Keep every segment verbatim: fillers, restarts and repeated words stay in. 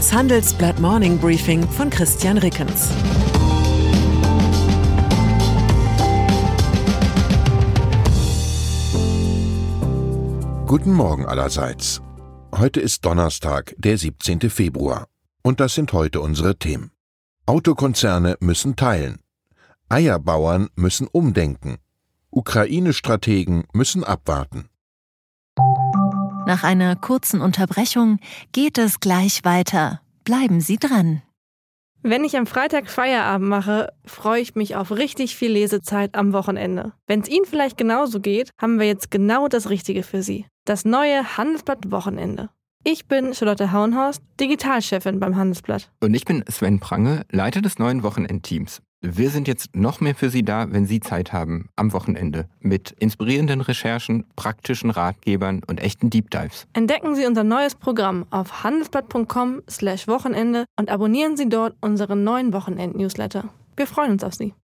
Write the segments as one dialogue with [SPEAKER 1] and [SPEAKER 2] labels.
[SPEAKER 1] Das Handelsblatt Morning Briefing von Christian Rickens.
[SPEAKER 2] Guten Morgen allerseits. Heute ist Donnerstag, der siebzehnten Februar. Und das sind heute unsere Themen. Autokonzerne müssen teilen. Eierbauern müssen umdenken. Ukraine-Strategen müssen abwarten.
[SPEAKER 3] Nach einer kurzen Unterbrechung geht es gleich weiter. Bleiben Sie dran.
[SPEAKER 4] Wenn ich am Freitag Feierabend mache, freue ich mich auf richtig viel Lesezeit am Wochenende. Wenn es Ihnen vielleicht genauso geht, haben wir jetzt genau das Richtige für Sie. Das neue Handelsblatt Wochenende. Ich bin Charlotte Hauenhorst, Digitalchefin beim Handelsblatt.
[SPEAKER 5] Und ich bin Sven Prange, Leiter des neuen Wochenendteams. Wir sind jetzt noch mehr für Sie da, wenn Sie Zeit haben, am Wochenende. Mit inspirierenden Recherchen, praktischen Ratgebern und echten Deep Dives.
[SPEAKER 4] Entdecken Sie unser neues Programm auf handelsblatt punkt com slash Wochenende und abonnieren Sie dort unseren neuen Wochenend-Newsletter. Wir freuen uns auf Sie.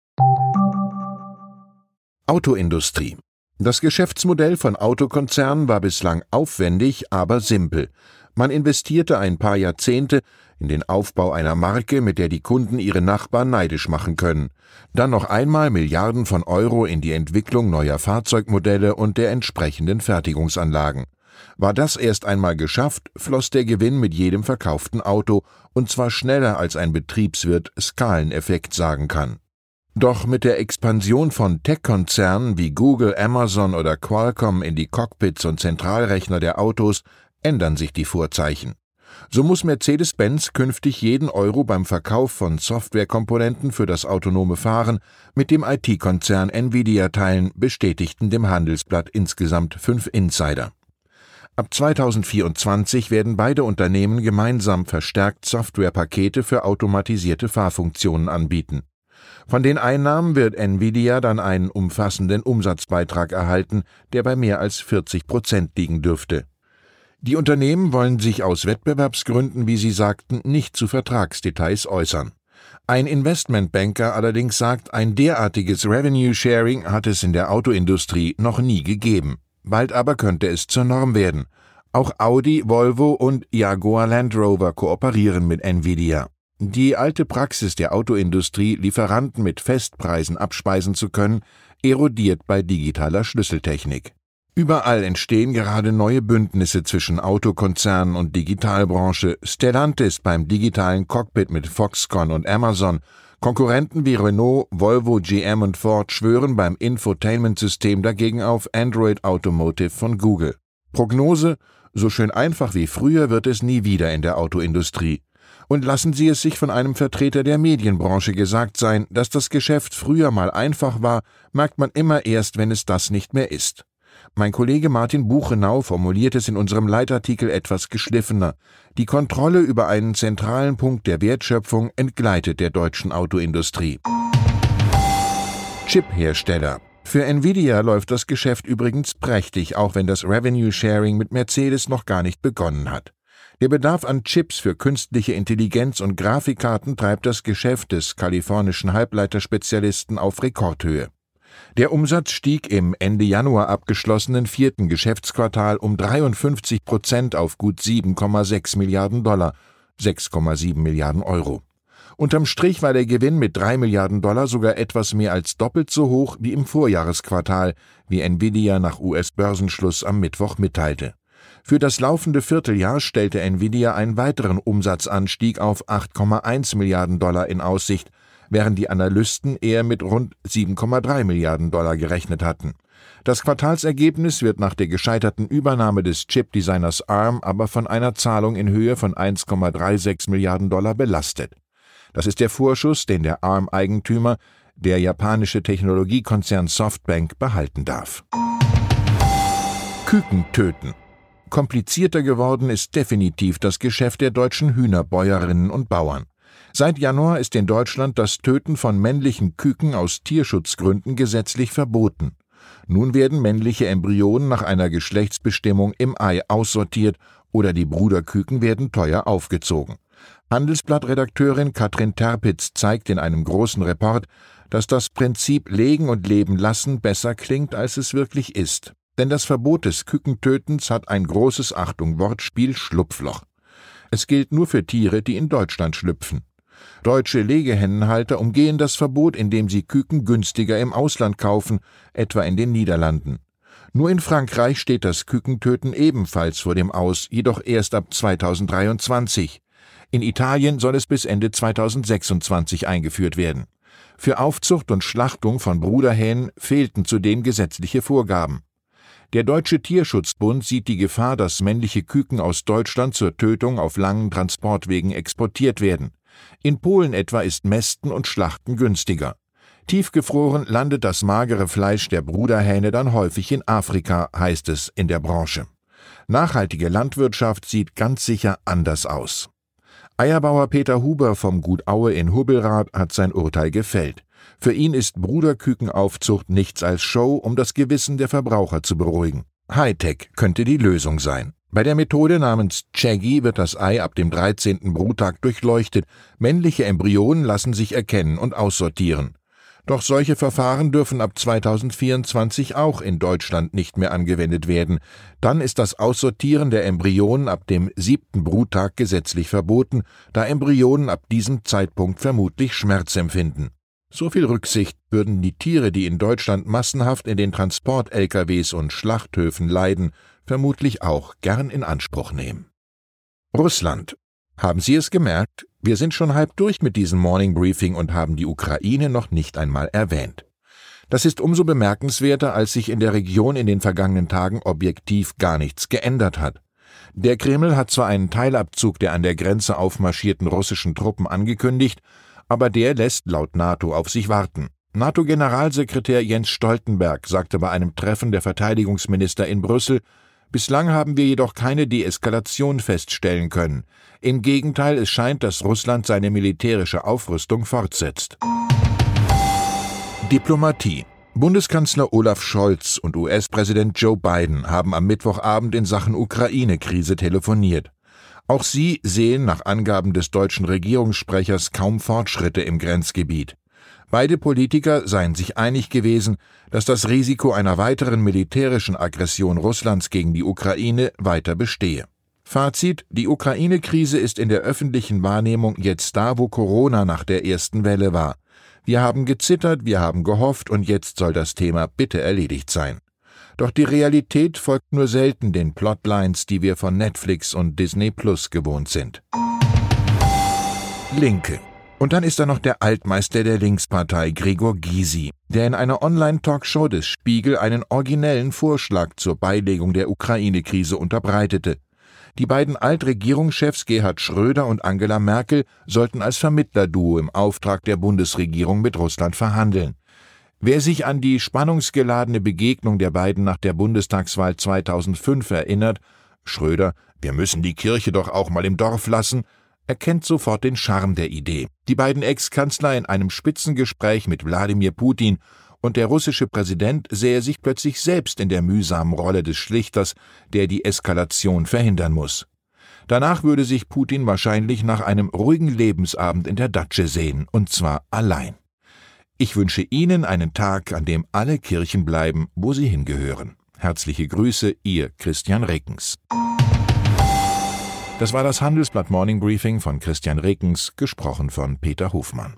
[SPEAKER 2] Autoindustrie. Das Geschäftsmodell von Autokonzernen war bislang aufwendig, aber simpel. Man investierte ein paar Jahrzehnte in den Aufbau einer Marke, mit der die Kunden ihre Nachbarn neidisch machen können. Dann noch einmal Milliarden von Euro in die Entwicklung neuer Fahrzeugmodelle und der entsprechenden Fertigungsanlagen. War das erst einmal geschafft, floss der Gewinn mit jedem verkauften Auto, und zwar schneller als ein Betriebswirt Skaleneffekt sagen kann. Doch mit der Expansion von Tech-Konzernen wie Google, Amazon oder Qualcomm in die Cockpits und Zentralrechner der Autos ändern sich die Vorzeichen. So muss Mercedes-Benz künftig jeden Euro beim Verkauf von Softwarekomponenten für das autonome Fahren mit dem I T-Konzern Nvidia teilen, bestätigten dem Handelsblatt insgesamt fünf Insider. Ab zweitausendvierundzwanzig werden beide Unternehmen gemeinsam verstärkt Softwarepakete für automatisierte Fahrfunktionen anbieten. Von den Einnahmen wird Nvidia dann einen umfassenden Umsatzbeitrag erhalten, der bei mehr als vierzig Prozent liegen dürfte. Die Unternehmen wollen sich aus Wettbewerbsgründen, wie sie sagten, nicht zu Vertragsdetails äußern. Ein Investmentbanker allerdings sagt, ein derartiges Revenue-Sharing hat es in der Autoindustrie noch nie gegeben. Bald aber könnte es zur Norm werden. Auch Audi, Volvo und Jaguar Land Rover kooperieren mit Nvidia. Die alte Praxis der Autoindustrie, Lieferanten mit Festpreisen abspeisen zu können, erodiert bei digitaler Schlüsseltechnik. Überall entstehen gerade neue Bündnisse zwischen Autokonzernen und Digitalbranche, Stellantis beim digitalen Cockpit mit Foxconn und Amazon, Konkurrenten wie Renault, Volvo, G M und Ford schwören beim Infotainment-System dagegen auf Android Automotive von Google. Prognose: So schön einfach wie früher wird es nie wieder in der Autoindustrie. Und lassen Sie es sich von einem Vertreter der Medienbranche gesagt sein, dass das Geschäft früher mal einfach war, merkt man immer erst, wenn es das nicht mehr ist. Mein Kollege Martin Buchenau formuliert es in unserem Leitartikel etwas geschliffener. Die Kontrolle über einen zentralen Punkt der Wertschöpfung entgleitet der deutschen Autoindustrie. Chip-Hersteller. Für Nvidia läuft das Geschäft übrigens prächtig, auch wenn das Revenue-Sharing mit Mercedes noch gar nicht begonnen hat. Der Bedarf an Chips für künstliche Intelligenz und Grafikkarten treibt das Geschäft des kalifornischen Halbleiterspezialisten auf Rekordhöhe. Der Umsatz stieg im Ende Januar abgeschlossenen vierten Geschäftsquartal um dreiundfünfzig Prozent auf gut sieben Komma sechs Milliarden Dollar, sechs Komma sieben Milliarden Euro. Unterm Strich war der Gewinn mit drei Milliarden Dollar sogar etwas mehr als doppelt so hoch wie im Vorjahresquartal, wie Nvidia nach U S-Börsenschluss am Mittwoch mitteilte. Für das laufende Vierteljahr stellte Nvidia einen weiteren Umsatzanstieg auf acht Komma eins Milliarden Dollar in Aussicht, während die Analysten eher mit rund sieben Komma drei Milliarden Dollar gerechnet hatten. Das Quartalsergebnis wird nach der gescheiterten Übernahme des Chip-Designers Arm aber von einer Zahlung in Höhe von eins Komma sechsunddreißig Milliarden Dollar belastet. Das ist der Vorschuss, den der Arm-Eigentümer, der japanische Technologiekonzern Softbank, behalten darf. Küken töten. Komplizierter geworden ist definitiv das Geschäft der deutschen Hühnerbäuerinnen und Bauern. Seit Januar ist in Deutschland das Töten von männlichen Küken aus Tierschutzgründen gesetzlich verboten. Nun werden männliche Embryonen nach einer Geschlechtsbestimmung im Ei aussortiert oder die Bruderküken werden teuer aufgezogen. Handelsblatt-Redakteurin Katrin Terpitz zeigt in einem großen Report, dass das Prinzip Legen und Leben lassen besser klingt, als es wirklich ist. Denn das Verbot des Kükentötens hat ein großes, Achtung, Wortspiel, Schlupfloch. Es gilt nur für Tiere, die in Deutschland schlüpfen. Deutsche Legehennenhalter umgehen das Verbot, indem sie Küken günstiger im Ausland kaufen, etwa in den Niederlanden. Nur in Frankreich steht das Kükentöten ebenfalls vor dem Aus, jedoch erst ab zweitausenddreiundzwanzig. In Italien soll es bis Ende zweitausendsechsundzwanzig eingeführt werden. Für Aufzucht und Schlachtung von Bruderhähnen fehlten zudem gesetzliche Vorgaben. Der Deutsche Tierschutzbund sieht die Gefahr, dass männliche Küken aus Deutschland zur Tötung auf langen Transportwegen exportiert werden. In Polen etwa ist Mästen und Schlachten günstiger. Tiefgefroren landet das magere Fleisch der Bruderhähne dann häufig in Afrika, heißt es in der Branche. Nachhaltige Landwirtschaft sieht ganz sicher anders aus. Eierbauer Peter Huber vom Gut Aue in Hubbelrath hat sein Urteil gefällt. Für ihn ist Bruderkükenaufzucht nichts als Show, um das Gewissen der Verbraucher zu beruhigen. Hightech könnte die Lösung sein. Bei der Methode namens Chaggy wird das Ei ab dem dreizehnten Bruttag durchleuchtet. Männliche Embryonen lassen sich erkennen und aussortieren. Doch solche Verfahren dürfen ab zweitausendvierundzwanzig auch in Deutschland nicht mehr angewendet werden. Dann ist das Aussortieren der Embryonen ab dem siebten Bruttag gesetzlich verboten, da Embryonen ab diesem Zeitpunkt vermutlich Schmerz empfinden. So viel Rücksicht würden die Tiere, die in Deutschland massenhaft in den Transport-L K Ws und Schlachthöfen leiden, vermutlich auch gern in Anspruch nehmen. Russland. Haben Sie es gemerkt? Wir sind schon halb durch mit diesem Morning Briefing und haben die Ukraine noch nicht einmal erwähnt. Das ist umso bemerkenswerter, als sich in der Region in den vergangenen Tagen objektiv gar nichts geändert hat. Der Kreml hat zwar einen Teilabzug der an der Grenze aufmarschierten russischen Truppen angekündigt, aber der lässt laut NATO auf sich warten. NATO-Generalsekretär Jens Stoltenberg sagte bei einem Treffen der Verteidigungsminister in Brüssel: Bislang haben wir jedoch keine Deeskalation feststellen können. Im Gegenteil, es scheint, dass Russland seine militärische Aufrüstung fortsetzt. Diplomatie. Bundeskanzler Olaf Scholz und U S-Präsident Joe Biden haben am Mittwochabend in Sachen Ukraine-Krise telefoniert. Auch sie sehen nach Angaben des deutschen Regierungssprechers kaum Fortschritte im Grenzgebiet. Beide Politiker seien sich einig gewesen, dass das Risiko einer weiteren militärischen Aggression Russlands gegen die Ukraine weiter bestehe. Fazit: Die Ukraine-Krise ist in der öffentlichen Wahrnehmung jetzt da, wo Corona nach der ersten Welle war. Wir haben gezittert, wir haben gehofft und jetzt soll das Thema bitte erledigt sein. Doch die Realität folgt nur selten den Plotlines, die wir von Netflix und Disney Plus gewohnt sind. Linke. Und dann ist da noch der Altmeister der Linkspartei, Gregor Gysi, der in einer Online-Talkshow des Spiegel einen originellen Vorschlag zur Beilegung der Ukraine-Krise unterbreitete. Die beiden Altregierungschefs Gerhard Schröder und Angela Merkel sollten als Vermittlerduo im Auftrag der Bundesregierung mit Russland verhandeln. Wer sich an die spannungsgeladene Begegnung der beiden nach der Bundestagswahl zweitausendfünf erinnert, Schröder: Wir müssen die Kirche doch auch mal im Dorf lassen, erkennt sofort den Charme der Idee. Die beiden Ex-Kanzler in einem Spitzengespräch mit Wladimir Putin, und der russische Präsident sähe sich plötzlich selbst in der mühsamen Rolle des Schlichters, der die Eskalation verhindern muss. Danach würde sich Putin wahrscheinlich nach einem ruhigen Lebensabend in der Datsche sehen, und zwar allein. Ich wünsche Ihnen einen Tag, an dem alle Kirchen bleiben, wo sie hingehören. Herzliche Grüße, Ihr Christian Rickens. Das war das Handelsblatt Morning Briefing von Christian Rickens, gesprochen von Peter Hofmann.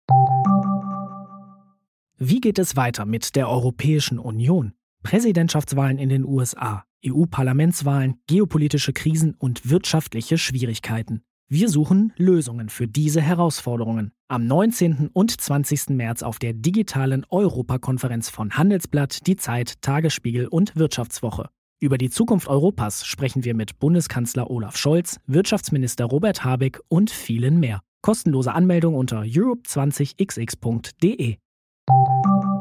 [SPEAKER 6] Wie geht es weiter mit der Europäischen Union? Präsidentschaftswahlen in den U S A, E U-Parlamentswahlen, geopolitische Krisen und wirtschaftliche Schwierigkeiten. Wir suchen Lösungen für diese Herausforderungen. Am neunzehnten und zwanzigsten März auf der digitalen Europakonferenz von Handelsblatt, Die Zeit, Tagesspiegel und Wirtschaftswoche. Über die Zukunft Europas sprechen wir mit Bundeskanzler Olaf Scholz, Wirtschaftsminister Robert Habeck und vielen mehr. Kostenlose Anmeldung unter europe zwanzig x x punkt de.